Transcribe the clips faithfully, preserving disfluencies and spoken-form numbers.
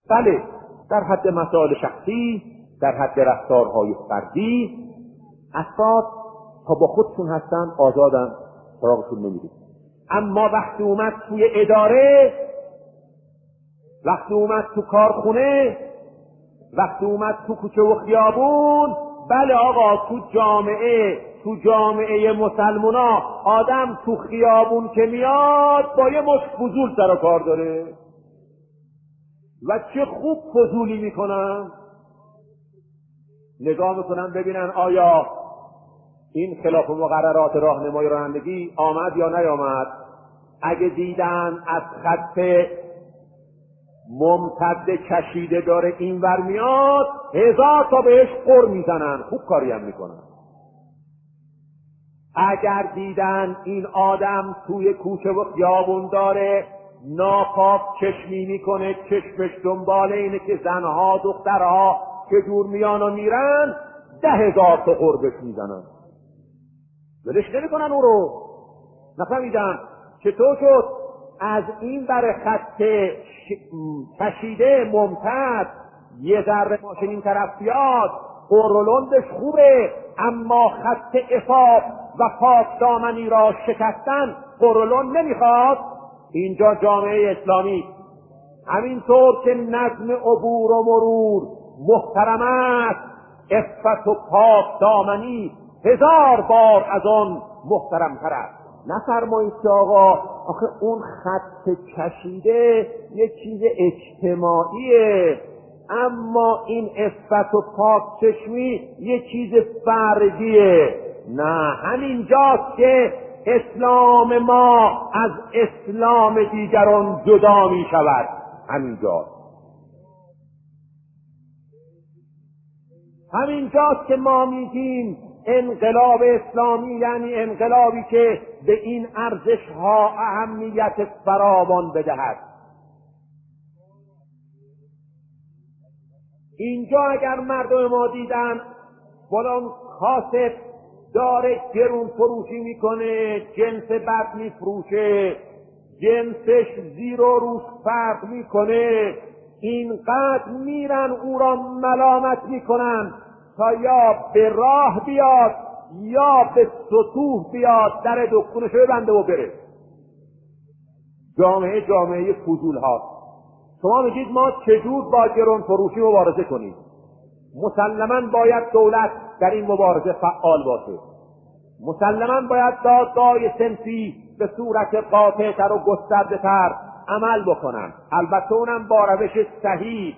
بله، در حد مسائل شخصی، در حد رفتارهای فردی، افراد تا با خودشون هستن آزادن، سراغشون نمیره. اما وقتی اومد توی اداره، وقتی اومد تو کارخونه، وقتی اومد تو کوچه و خیابون، بله آقا، تو جامعه تو جامعه مسلمونا آدم تو خیابون که میاد با یه مشت فضول سر و کار داره و چه خوب فضولی میکنن. نگاه میکنن ببینن آیا این خلاف مقررات راهنمای رانندگی آمد یا نیامد. اگه دیدن از خط ممتد کشیده داره این ور میاد، هزار تا بهش قر میزنن، خوب کاری هم میکنن. اگر دیدن این آدم توی کوچه و خیابون داره ناپاک چشمی میکنه، چشمش دنبال اینه که زنها دخترها که دور میان و میرن، ده هزار تا قر بهش میزنن، ولش نمیکنن. او رو نفهمیدم چطور شد از این بر خط کشیده ممتد یه ذره ماشین این طرف بیاد، قرولندش خوبه، اما خط عفاف و پاک دامنی را شکستن قرولند نمیخواد. اینجا جامعه اسلامی همینطور که نظم عبور و مرور محترم است، عفت و پاک دامنی هزار بار از آن محترم تر است. نفرمایید که آقا آخه اون خط کشیده یک چیز اجتماعیه، اما این عفت و پاک چشمی یک چیز فردیه. نه، همینجاست که اسلام ما از اسلام دیگران جدا می شود. همینجاست همینجاست که ما میگیم انقلاب اسلامی یعنی انقلابی که به این ارزش‌ها اهمیت فراوان بدهد. اینجا اگر مردم ما دیدن فلان کاسب داره گرون فروشی میکنه، جنس بد میفروشه، جنسش زیر و روش فرق میکنه، اینقدر میرن او را ملامت میکنن تا یا به راه بیاد یا به سطوح بیاد، در دکونش ببنده و بره. جامعه جامعه فضول هاست. شما میگید ما چجور با گرون فروشی مبارزه کنیم؟ مسلماً باید دولت در این مبارزه فعال باشه. مسلماً باید دادگاه‌های صنفی به صورت قاطع‌تر و گسترده‌تر عمل بکنن، البته اونم با روش صحیح،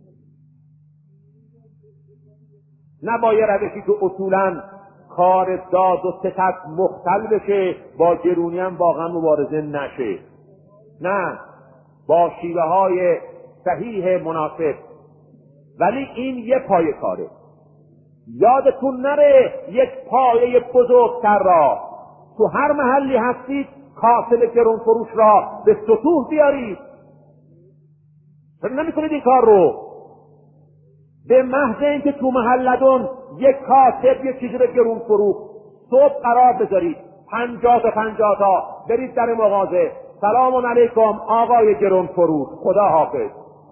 نه با یه روشی که اصولاً کار داد و ستد مختل بشه، با گرونی هم واقعا مبارزه نشه. نه، با شیوه های صحیح مناسب. ولی این یه پایه کاره. یادتون نره یک پایه بزرگتر را تو هر محلی هستید کاسب گرون فروش را به سطوح بیارید. چرا نمی‌کنید این کار رو؟ به محض اینکه تو محلتون یک کاسب یک چیزی به گرون فروخت، صبح قرار بذارید پنجاه تا پنجاه تا برید در مغازه، سلام علیکم آقای گرون فروش، خدا حافظ.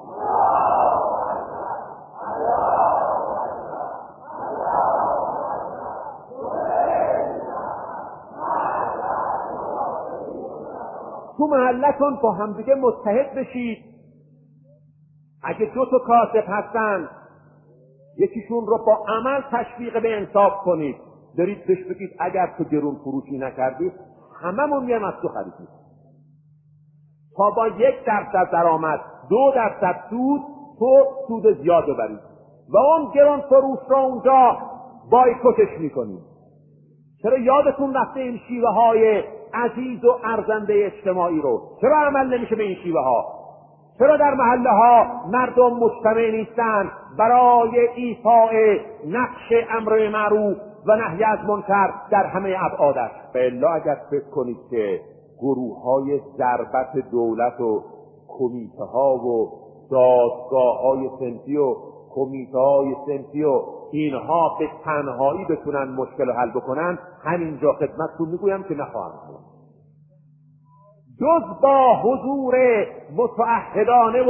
تو محلتون با همدیگه متحد بشید. اگه دو تا کاسب هستن، یکیشون رو با عمل تشویق به انصاف کنید، دارید بهش بگید اگر تو گرون فروشی نکردی هممون میام از تو خریدیم، تا با یک درصد درآمد دو درصد سود تو سود زیاد ببرید و اون گرون فروش را اونجا بایکوتش میکنید. چرا یادتون رفته این شیوه های عزیز و ارزنده اجتماعی رو؟ چرا عمل نمیشه به این شیوه ها؟ چرا در محله ها مردم مجتمع نیستن برای ایفاء نقش امر معروف و نهی از منکر در همه ابعادش؟ الا اگر فکر کنید که گروه های ضربت دولت و کمیته ها و دادگاه های صنفی و کمیته های صنفی و اینها به تنهایی بتونن مشکل رو حل بکنن، همینجا خدمتتون میگویم که نخواهند کنن. جز با حضور متعهدانه و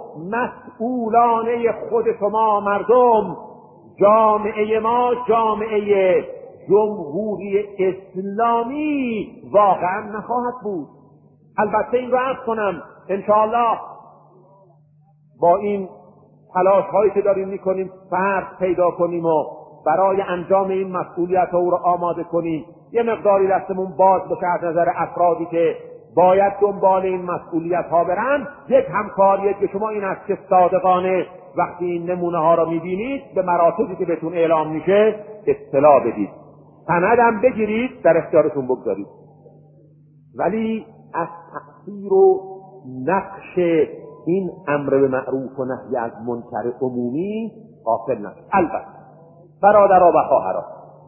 مسئولانه خود شما مردم، جامعه ما جامعه جمهوری اسلامی واقعا نخواهد بود. البته این رو عرض کنم انشاءالله با این تلاش هایی که داریم میکنیم فرد پیدا کنیم و برای انجام این مسئولیت او رو آماده کنیم، یه مقداری دستمون باز بشه از نظر افرادی که باید دنبال این مسئولیت ها برن. یک همکاریه که شما این است که صادقانه وقتی این نمونه ها رو میبینید به مراتبی که بهتون اعلام میشه اطلاع بدید، سندم بگیرید، در اختیارتون بگذارید، ولی از تأثیر و نقش این امر به معروف و نهی از منکر عمومی غافل نشید. البته برادرها و خواهرها،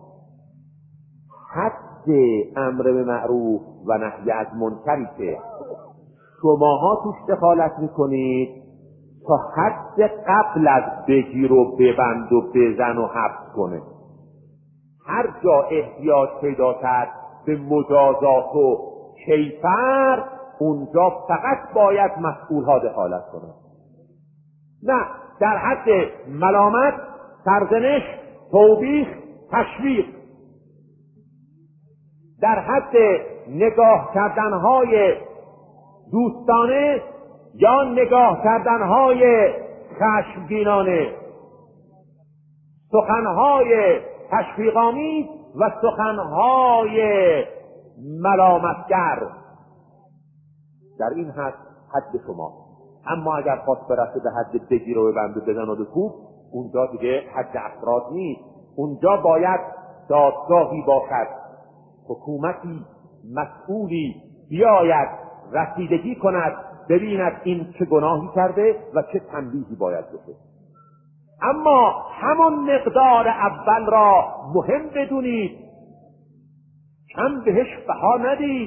حد امر به معروف و نهی از منکری که شماها توش دخالت میکنید تا حد قبل از بگیر و ببند و بزن و حبس کنه. هر جا احتیاج پیدا کرد به مجازات و کیفر، اونجا فقط باید مسئولها دخالت کنند. نه در حد ملامت، سرزنش، توبیخ، تشویق، در حد نگاه کردنهای دوستانه یا نگاه کردنهای خشمگینانه، سخنهای تشویق‌آمیز و سخنهای ملامتگر، در این حد حد شما. اما اگر خواست برسه به حد بگیر و ببند و بزن و بکوب، اونجا دیگه حد افراد نیست، اونجا باید دادگاهی باشد، حکومتی مسئولی بیاید رسیدگی کند، ببیند این چه گناهی کرده و چه تنبیهی باید بشه. اما همون مقدار اول را مهم بدونید، کم بهش بها ندید.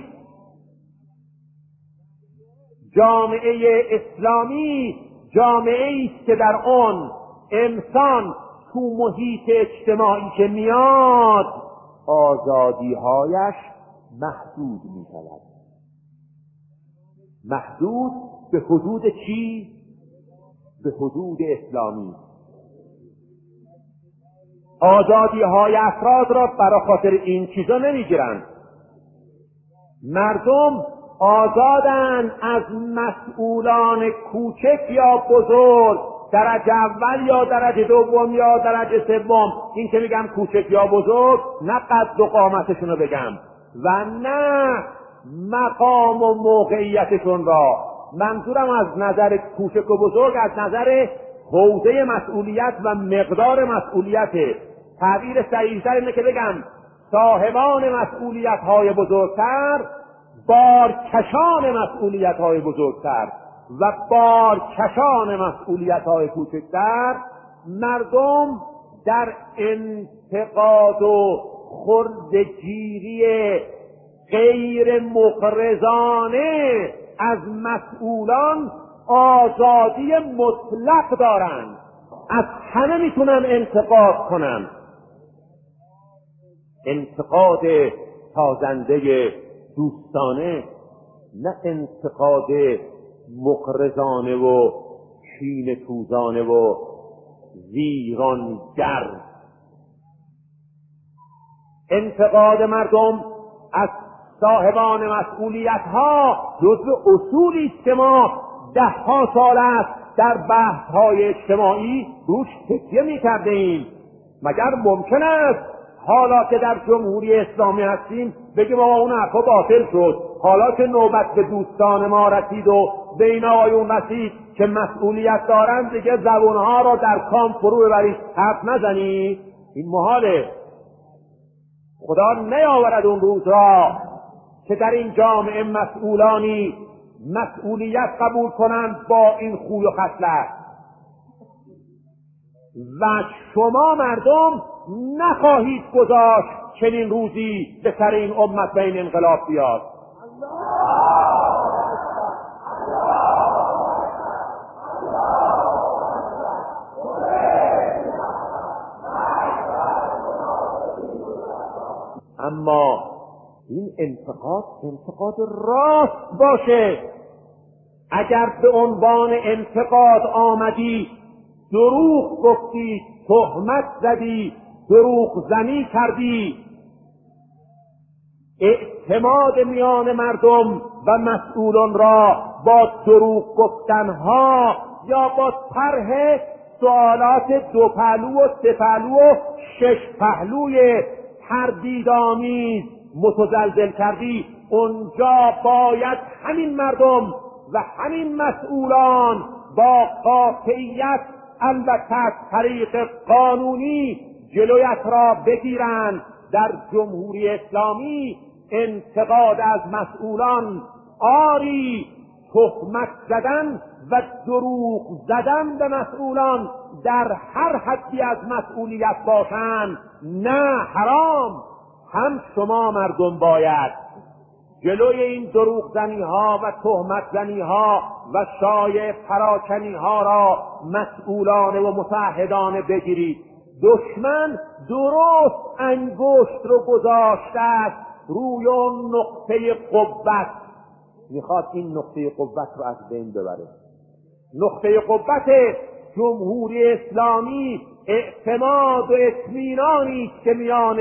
جامعه اسلامی جامعه است که در آن انسان تو محیط اجتماعی که میاد آزادی‌هایش محدود می‌شود. محدود به حدود چی؟ به حدود اسلامی. آزادی‌های افراد را برای خاطر این چیزا نمیگیرند. مردم آزادن از مسئولان کوچک یا بزرگ، درجه اول یا درجه دوم یا درجه سوم. این که میگم کوچک یا بزرگ نه قد و قامتشون رو بگم و نه مقام و موقعیتشون را، منظورم از نظر کوچک و بزرگ از نظر حوزه مسئولیت و مقدار مسئولیت. تعبیر صحیح‌تر اینه که بگم صاحبان مسئولیت های بزرگتر، بارکشان مسئولیت های بزرگتر و بارکشان مسئولیت های کوچکتر. مردم در انتقاد و خردگیری غیر مغرضانه از مسئولان آزادی مطلق دارند، از همه میتونن انتقاد کنن. انتقاد تازنده دوستانه، نه انتقاد مغرضانه و کینه توزانه و ویرانگر. انتقاد مردم از صاحبان مسئولیت ها جزو اصولی است که ما ده ها سال است در بحث های اجتماعی روش تکیه می کرده ایم. مگر ممکن است حالا که در جمهوری اسلامی هستیم بگیم آقا اون حرفا باطل شد، حالا که نوبت به دوستان ما رسید و به این آقایون رسید که مسئولیت دارند دیگه زبونها را در کام فرو ببرید، حرف نزنید؟ این محاله. خدا نیاورد اون روز را که در این جامعه مسئولانی مسئولیت قبول کنند با این خوی و خصلت و شما مردم نخواهید گذاشت چنین روزی به سر این امت به این انقلاب بیاد. اما این انتقاد انتقاد راست باشه، اگر به عنوان انتقاد آمدی، دروغ گفتی، تهمت زدی، دروغ زنی کردی، اعتماد میان مردم و مسئولان را با دروغ گفتنها یا با طرح سوالات دو پهلو و سه پهلو و شش پهلوی تردیدآمیز متزلزل کردی، اونجا باید همین مردم و همین مسئولان با قاطعیت، البته از طریق قانونی، جلویت را بگیرند. در جمهوری اسلامی انتقاد از مسئولان آری، تهمت زدن و دروغ زدن به مسئولان در هر حدی از مسئولیت باشند نه، حرام. هم شما مردم باید جلوی این دروغ زنی ها و تهمت زنی ها و شایع پراکنی ها را مسئولانه و متعهدانه بگیرید. دشمن درست انگشت رو گذاشته است روی اون نقطه قوت، میخواد این نقطه قوت رو از بین ببره. نقطه قوت جمهوری اسلامی اعتماد و اطمینانی که میان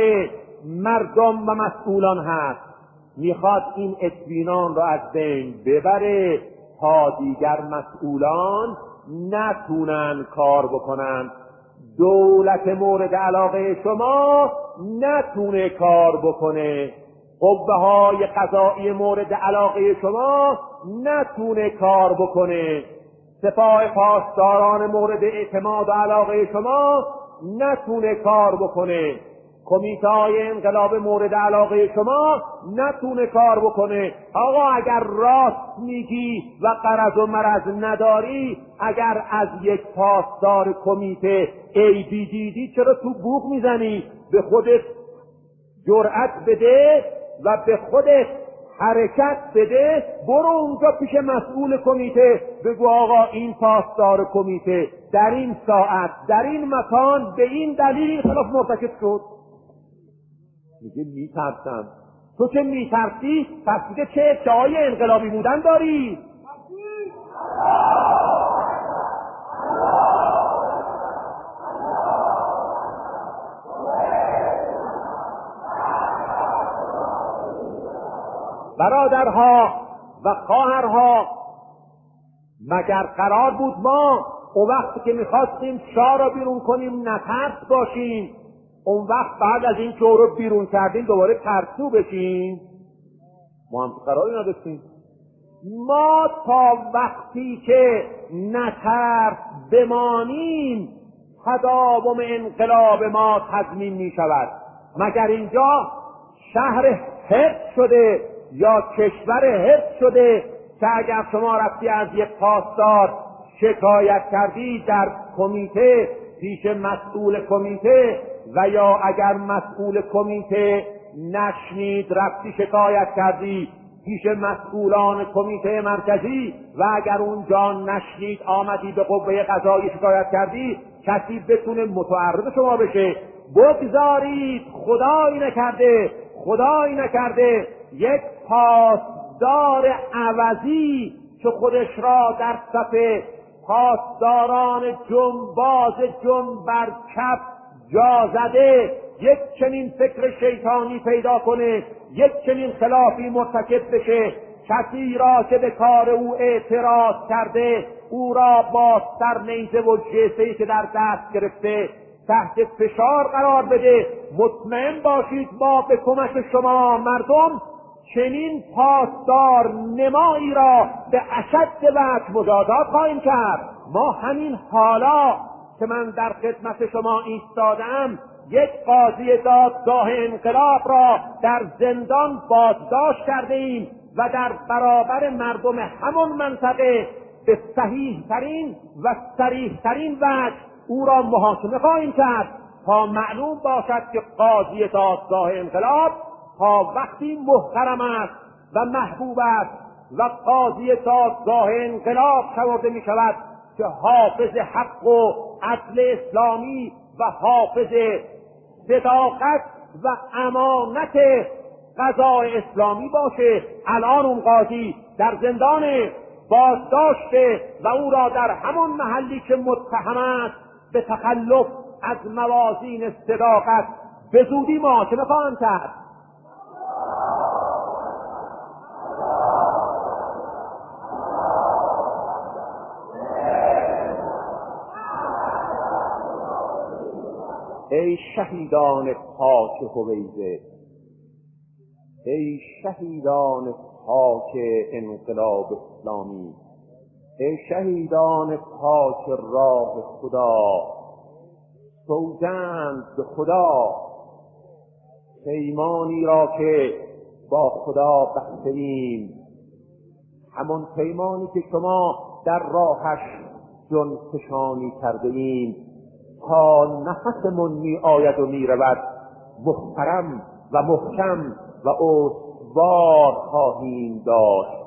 مردم و مسئولان هست، میخواد این اطمینان را از بین ببره تا دیگر مسئولان نتونن کار بکنن. دولت مورد علاقه شما نتونه کار بکنه، قوه های قضایی مورد علاقه شما نتونه کار بکنه، سپاه پاسداران مورد اعتماد و علاقه شما نتونه کار بکنه، کمیته های انقلاب مورد علاقه شما نتونه کار بکنه. آقا اگر راست میگی و غرض و مرض نداری، اگر از یک پاسدار کمیته عیبی دیدی چرا تو بوق میزنی؟ به خودت جرأت بده و به خودت حرکت بده، برو اونجا پیش مسئول کمیته بگو آقا این پاسدار کمیته در این ساعت در این مکان به این دلیل خلاف مرتکب شد. میگه میترسم. تو که میترسی پس دیگه چه ادعای انقلابی بودن داری؟ برادرها و خواهرها، مگر قرار بود ما اون وقتی که میخواستیم شاه را بیرون کنیم نترس باشیم، اون وقت بعد از این که او رو بیرون کردیم دوباره ترسو بشیم؟ ما هم قراری نداشتیم. ما تا وقتی که نترس بمانیم تداوم انقلاب ما تضمین می شود. مگر اینجا شهر حفظ شده یا کشور حفظ شده که اگر شما رفتی از یک پاسدار شکایت کردی در کمیته پیش مسئول کمیته و یا اگر مسئول کمیته نشنید رفتی شکایت کردی پیش مسئولان کمیته مرکزی و اگر اونجا نشنید آمدی به قوه قضایی شکایت کردی، کسی بتونه متعرض شما بشه؟ بگذارید خدایی نکرده خدایی نکرده یک پاسدار عوضی که خودش را در صف پاسداران جنباز جنبر چپ جا زده یک چنین فکر شیطانی پیدا کنه، یک چنین خلافی مرتکب بشه، کسی را که به کار او اعتراض کرده او را با سرنیزه و جیسه‌ای که در دست گرفته تحت فشار قرار بده. مطمئن باشید ما به کمک شما مردم چنین پاسدار نمایی را به اشد وجه مجازات خواهیم کرد. ما همین حالا که من در خدمت شما ایستادم یک قاضی دادگاه انقلاب را در زندان بازداشت کرده ایم و در برابر مردم همون منطقه به صحیح ترین و صریح ترین وجه او را محاکمه خواهیم کرد تا معلوم باشد که قاضی دادگاه انقلاب تا وقتی محترم است و محبوب است و قاضی دادگاه انقلاب شمرده می شود که حافظ حق و عدل اسلامی و حافظ صداقت و امانت قضای اسلامی باشه. الان اون قاضی در زندانه، بازداشته و او را در همون محلی که متهم است به تخلف از موازین صداقت به زودی محاکمه خواهند کرد. ای شهیدان پاک هویزه، ای شهیدان پاک انقلاب اسلامی، ای شهیدان پاک راه خدا، سوگند به خدا پیمانی را که با خدا بسته ایم، همون پیمانی که شما در راهش جنفشانی کرده ایم، تا نفسمون می آید و می رود محترم و محکم و استوار خواهیم داشت.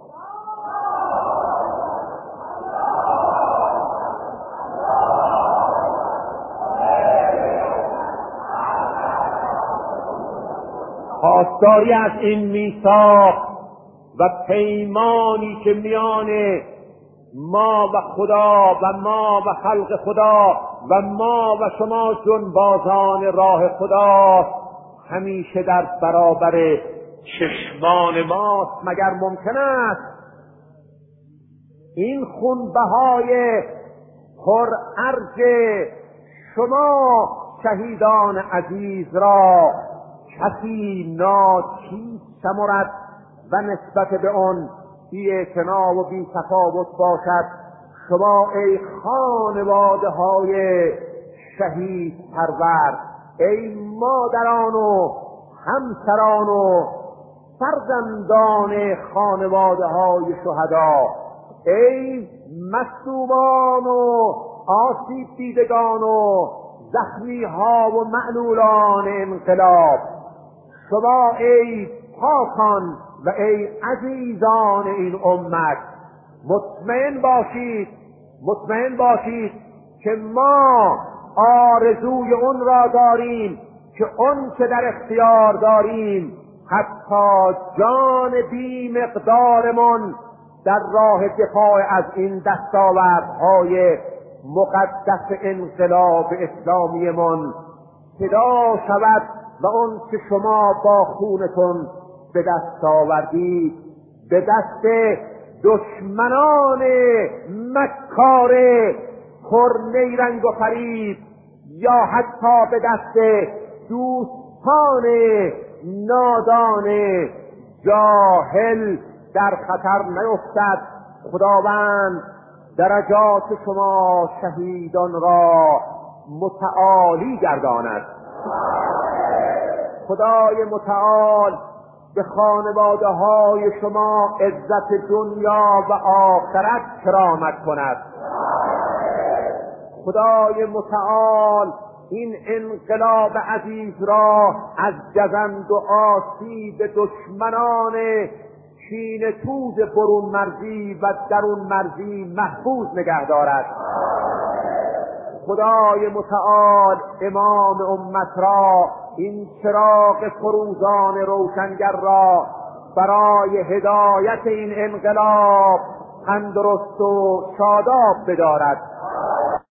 خواستاری از این میثاق و پیمانی که میان ما و خدا و ما و خلق خدا و ما و شما جنبازان راه خدا همیشه در برابر چشمان ماست، مگر ممکن است این خونبهای پر ارج شما شهیدان عزیز را کسی ناچیز شمرد و نسبت به آن بی اعتنا و بی تفاوت باشد؟ شما ای خانواده های شهید پرور، ای مادران و همسران و فرزندان خانواده های شهدا، ای مصدومان و آسیب دیدگان و زخمی ها و معلولان انقلاب، شما ای پاکان و ای عزیزان این امت، مطمئن باشید مطمئن باشید که ما آرزوی اون را داریم که اون که در اختیار داریم حتی جان بی مقدارمون در راه دفاع از این دستاوردهای مقدس انقلاب اسلامیمون فدا شود و اون که شما با خونتون به دست آوردید به دست دشمنان مکار پر نیرنگ و فریب یا حتی به دست دوستان نادان جاهل در خطر نیفتد. خداوند درجات شما شهیدان را متعالی گرداند. خدای متعال به خانواده های شما عزت دنیا و آخرت کرامت کند. خدای متعال این انقلاب عزیز را از گزند و آسیب دشمنان کینه توز برون مرزی و درون مرزی محفوظ نگه دارد. خدای متعال امام امت را، این چراغ فروزان روشنگر را برای هدایت این انقلاب تندرست و شاداب بدارد.